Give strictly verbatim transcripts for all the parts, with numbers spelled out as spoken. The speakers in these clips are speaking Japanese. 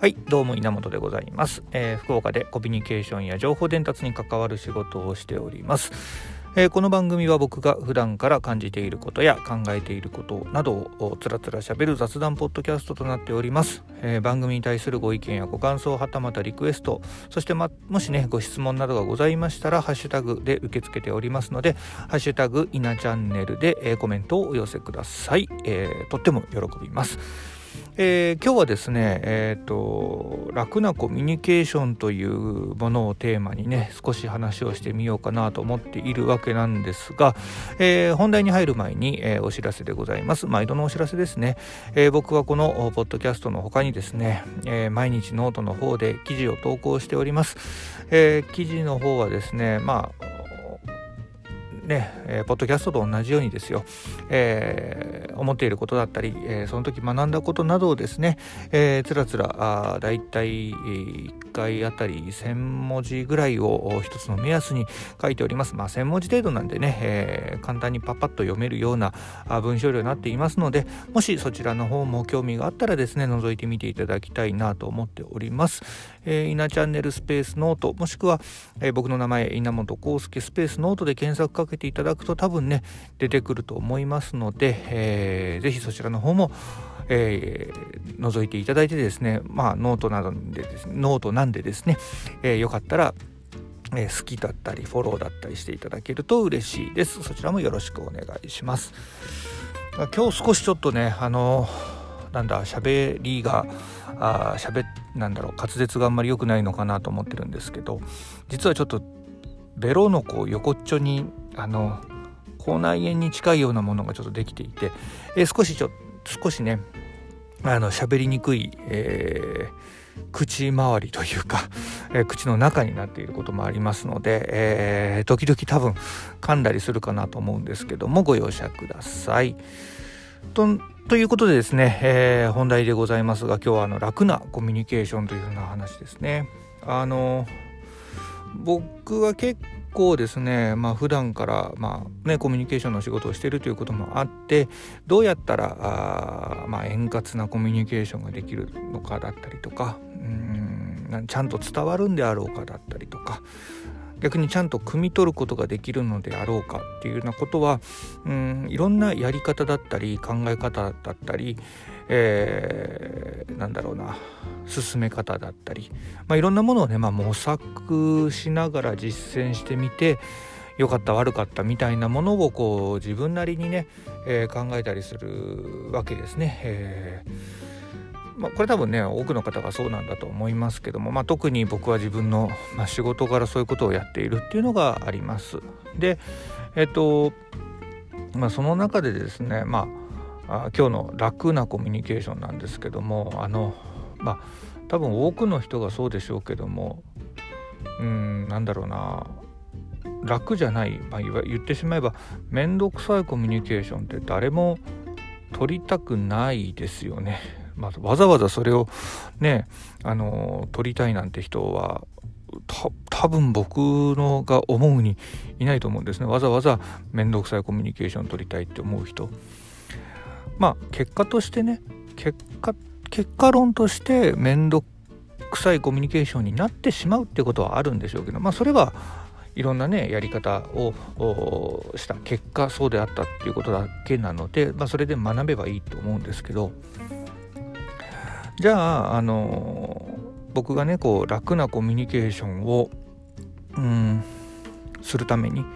はい、どうも稲本でございます、えー、福岡でコミュニケーションや情報伝達に関わる仕事をしております。えー、この番組は僕が普段から感じていることや考えていることなどをつらつらしゃべる雑談ポッドキャストとなっております。えー、番組に対するご意見やご感想、はたまたリクエスト、そして、ま、もしねご質問などがございましたらハッシュタグで受け付けておりますので、ハッシュタグ稲チャンネルで、えー、コメントをお寄せください。えー、とっても喜びます。えー、今日はですね、えーと、楽なコミュニケーションというものをテーマにね少し話をしてみようかなと思っているわけなんですが、えー、本題に入る前に、えー、お知らせでございます。毎度のお知らせですね。えー、僕はこのポッドキャストの他にですね、えー、毎日ノートの方で記事を投稿しております。えー、記事の方はですね、まあねえー、ポッドキャストと同じようにですよ、えー、思っていることだったり、えー、その時学んだことなどをですね、えー、つらつらあだいたいいっかいあたりせんもじぐらいを一つの目安に書いております。まあせんもじ程度なんでね、えー、簡単にパッパッと読めるような文章量になっていますので、もしそちらの方も興味があったらですね覗いてみていただきたいなと思っております。えー、稲チャンネルスペースノート、もしくは、えー、僕の名前稲本康介スペースノートで検索かけていただくと多分ね出てくると思いますので、えー、ぜひそちらの方も、えー、覗いていただいてですね、まあノートなどでですねノートなんでですね、えー、よかったら、えー、好きだったりフォローだったりしていただけると嬉しいです。そちらもよろしくお願いします。今日少しちょっとねあのなんだ喋りがあ喋なんだろう滑舌があんまり良くないのかなと思ってるんですけど、実はちょっとベロのこう横っちょにあの口内炎に近いようなものがちょっとできていて、えー、少しちょ少しねあの喋りにくい、えー、口周りというか、えー、口の中になっていることもありますので、えー、時々多分噛んだりするかなと思うんですけどもご容赦ください。とということでですね、えー、本題でございますが、今日はあの楽なコミュニケーションというふうな話ですね。あの僕は結構ですね、まあ普段からまあねコミュニケーションの仕事をしているということもあって、どうやったらあまあ円滑なコミュニケーションができるのかだったりとか、うーんちゃんと伝わるんであろうかだったりとか、逆にちゃんと汲み取ることができるのであろうかっていうようなことは、うーんいろんなやり方だったり考え方だったり、えー、なんだろうな進め方だったり、まあ、いろんなものをね、まあ、模索しながら実践してみて良かった悪かったみたいなものをこう自分なりにね、えー、考えたりするわけですね。えーまあ、これ多分ね多くの方がそうなんだと思いますけども、まあ、特に僕は自分の、まあ、仕事からそういうことをやっているっていうのがあります。でえっとまあその中でですね、まあ、あ今日の楽なコミュニケーションなんですけども、あのまあ多分多くの人がそうでしょうけども、うーんなんだろうな楽じゃない、まあ、言ってしまえばめんどくさいコミュニケーションって誰も取りたくないですよね。まあ、わざわざそれをねあの取りたいなんて人はた多分僕のが思うにいないと思うんですね。わざわざめんどくさいコミュニケーション取りたいって思う人、まあ結果としてね結果結果論としてめんどくさいコミュニケーションになってしまうってことはあるんでしょうけど、まあそれはいろんなねやり方をした結果そうであったっていうことだけなので、まあそれで学べばいいと思うんですけど、じゃああの僕がねこう楽なコミュニケーションをうんするために、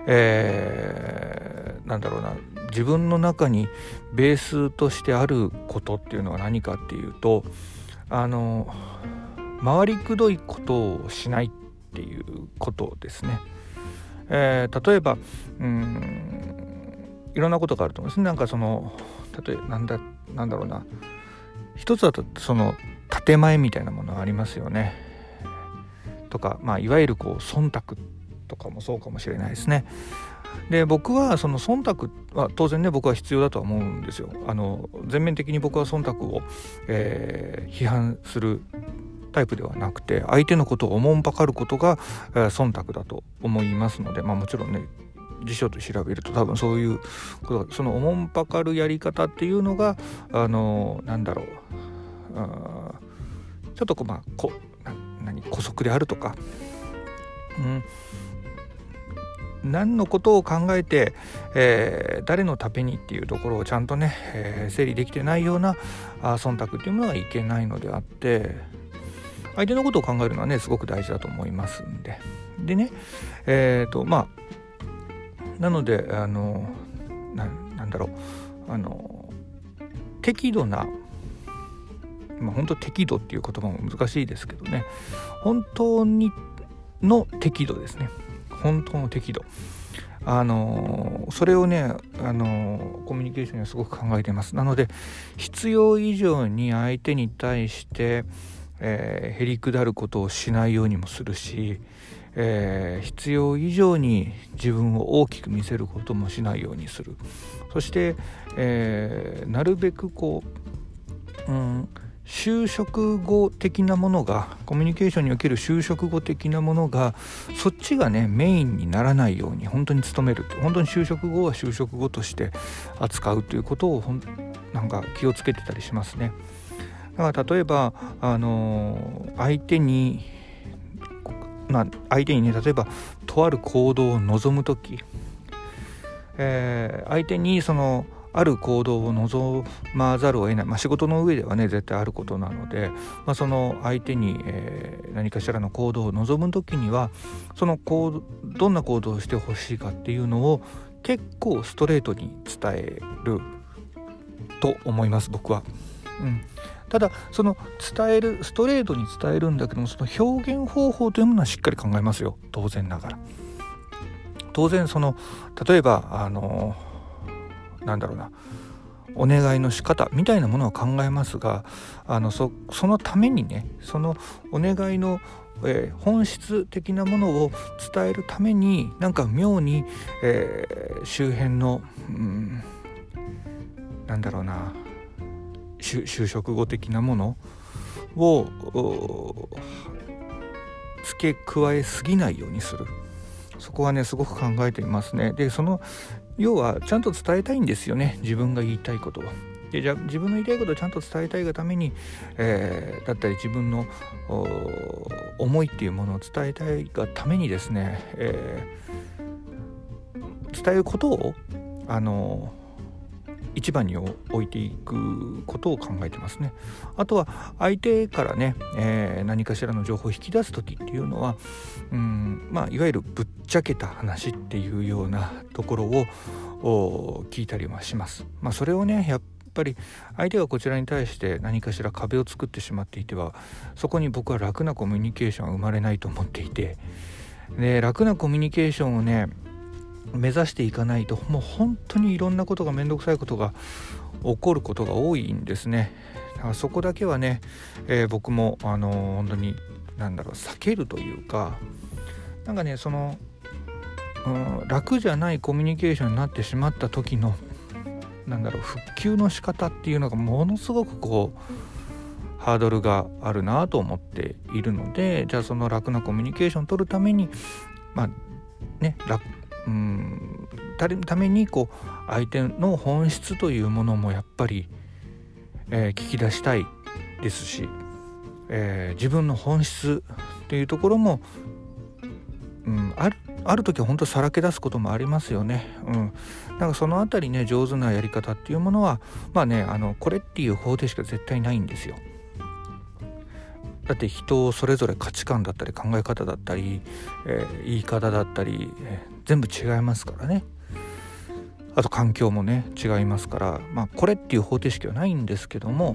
えー、なんだろうな自分の中にベースとしてあることっていうのは何かっていうと、あの回りくどいことをしないっていうことですね。えー、例えばうんいろんなことがあると思うんですね。なんかその例えばなんだなんだろうな一つだとその建前みたいなものがありますよね。とか、まあ、いわゆるこう忖度とかもそうかもしれないですね。で僕はその忖度は当然ね僕は必要だとは思うんですよ。あの全面的に僕は忖度を、えー、批判するタイプではなくて、相手のことをおもんぱかることが、えー、忖度だと思いますので、まあもちろんね辞書と調べると多分そういうことが、そのおもんぱかるやり方っていうのがあのなんだろうあちょっとこうまあこな何姑息であるとか、うん何のことを考えて、えー、誰のためにっていうところをちゃんとね、えー、整理できてないようなあ忖度っていうものはいけないのであって、相手のことを考えるのはねすごく大事だと思いますんで、でねえっ、ー、とまあなのであの な, なんだろうあの適度な、まあ、本当適度っていう言葉も難しいですけどね、本当にの適度ですね。本当の適度、あのそれをね、あのコミュニケーションにはすごく考えています。なので必要以上に相手に対して、えー、へりくだることをしないようにもするし、えー、必要以上に自分を大きく見せることもしないようにする。そして、えー、なるべくこう、うん修飾語的なものが、コミュニケーションにおける修飾語的なものがそっちがねメインにならないように本当に努める。本当に修飾語は修飾語として扱うということをほんなんか気をつけてたりしますね。だから例えばあのー、相手にまあ相手にね例えばとある行動を望むとき、えー、相手にそのある行動を望まざるを得ない、まあ、仕事の上ではね絶対あることなので、まあ、その相手に、えー、何かしらの行動を望むときにはその行動どんな行動をしてほしいかっていうのを結構ストレートに伝えると思います僕は、うん、ただその伝えるストレートに伝えるんだけども、その表現方法というものはしっかり考えますよ。当然ながら当然その例えばあのなんだろうなお願いの仕方みたいなものは考えますが、あの そ, そのためにねそのお願いの、えー、本質的なものを伝えるためになんか妙に、えー、周辺の、うん、なんだろうな修飾語的なものを付け加えすぎないようにする。そこはねすごく考えていますね。でその要はちゃんと伝えたいんですよね、自分が言いたいことを。でじゃあ自分の言いたいことをちゃんと伝えたいがために、えー、だったり自分の思いっていうものを伝えたいがためにですね、えー、伝えることをあの一番に置いていくことを考えてますね。あとは相手からね、えー、何かしらの情報を引き出す時っていうのは、うんまあ、いわゆるぶっちゃけた話っていうようなところを聞いたりはします。まあ、それをねやっぱり相手がこちらに対して何かしら壁を作ってしまっていては、そこに僕は楽なコミュニケーションは生まれないと思っていて、で楽なコミュニケーションをね目指していかないと、もう本当にいろんなことがめんどくさいことが起こることが多いんですね。だからそこだけはね、えー、僕もあのー、本当になんだろう避けるというか、なんかねその、うん、楽じゃないコミュニケーションになってしまった時のなんだろう復旧の仕方っていうのがものすごくこうハードルがあるなと思っているので、じゃあその楽なコミュニケーションを取るためにまあね楽うんためにこう相手の本質というものもやっぱり、えー、聞き出したいですし、えー、自分の本質というところも、うん、あるある時は本当さらけ出すこともありますよね。うん、なんかそのあたりね上手なやり方っていうものはまあねあのこれっていう方程しか絶対ないんですよ。だって人それぞれ価値観だったり考え方だったり、えー、言い方だったり、えー、全部違いますからね。あと環境もね違いますから、まあこれっていう方程式はないんですけども、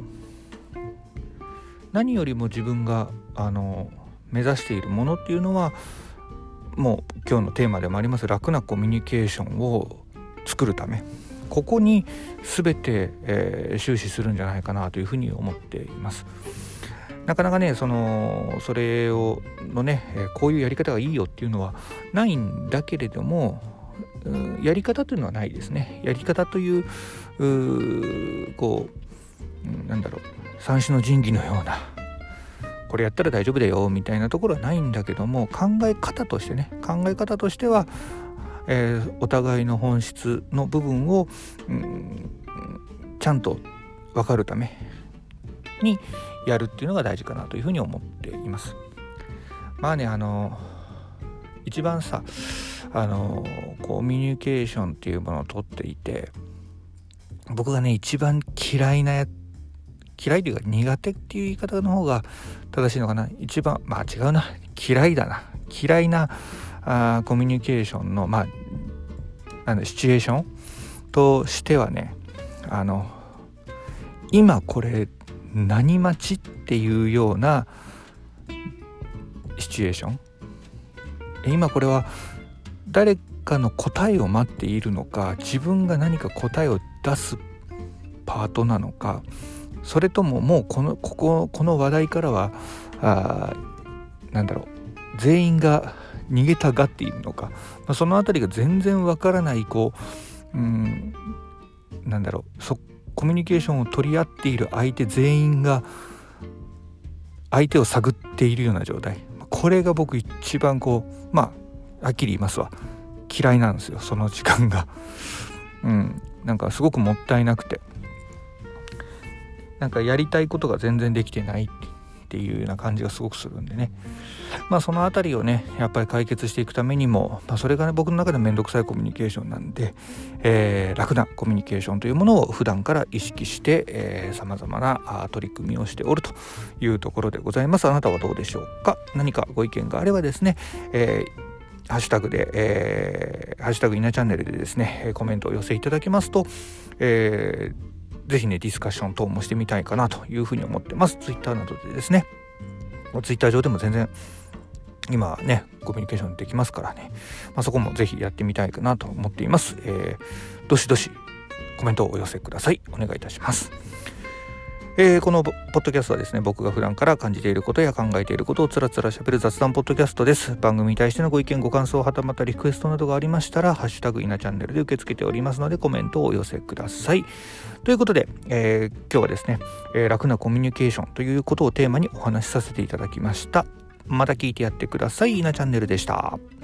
何よりも自分があの目指しているものっていうのはもう今日のテーマでもあります楽なコミュニケーションを作るため、ここに全て、えー、終始するんじゃないかなというふうに思っています。なかなかねそのそれをのね、えー、こういうやり方がいいよっていうのはないんだけれども、うん、やり方というのはないですね。やり方という、うこう、うん、なんだろう三種の神器のようなこれやったら大丈夫だよみたいなところはないんだけども、考え方としてね考え方としては、えー、お互いの本質の部分を、うん、ちゃんと分かるため、 にやるっていうのが大事かなというふうに思っています。まあねあの一番さあのコミュニケーションっていうものをとっていて、僕がね一番嫌いなや嫌いというか苦手っていう言い方の方が正しいのかな。一番まあ違うな嫌いだな嫌いなあコミュニケーションのまあなんだシチュエーションとしてはね、あの今これ何待ちっていうようなシチュエーション、今これは誰かの答えを待っているのか、自分が何か答えを出すパートなのか、それとももうこのこここの話題からはあなんだろう全員が逃げたがっているのか、まあ、そのあたりが全然わからないこう、うん、なんだろうそコミュニケーションを取り合っている相手全員が相手を探っているような状態、これが僕一番こうまあはっきり言いますわ嫌いなんですよ、その時間が。うんなんかすごくもったいなくて、なんかやりたいことが全然できてないっていうような感じがすごくするんでね、まあそのあたりをねやっぱり解決していくためにも、まあ、それがね僕の中でめんどくさいコミュニケーションなんで、えー、楽なコミュニケーションというものを普段から意識してさまざまな取り組みをしておるというところでございます。あなたはどうでしょうか。何かご意見があればですね、えーハッシュタグで、えー、ハッシュタグ稲チャンネルでですねコメントを寄せいただきますと、えー、ぜひねディスカッション等もしてみたいかなというふうに思ってます。ツイッターなどでですね、ツイッター上でも全然今ねコミュニケーションできますからね、まあ、そこもぜひやってみたいかなと思っています。えー、どしどしコメントをお寄せください。お願いいたします。えー、このポッドキャストはですね、僕が普段から感じていることや考えていることをつらつら喋る雑談ポッドキャストです。番組に対してのご意見ご感想はたまたリクエストなどがありましたらハッシュタグイナチャンネルで受け付けておりますのでコメントをお寄せください。ということで、えー、今日はですね、えー、楽なコミュニケーションということをテーマにお話しさせていただきました。また聞いてやってください。イナチャンネルでした。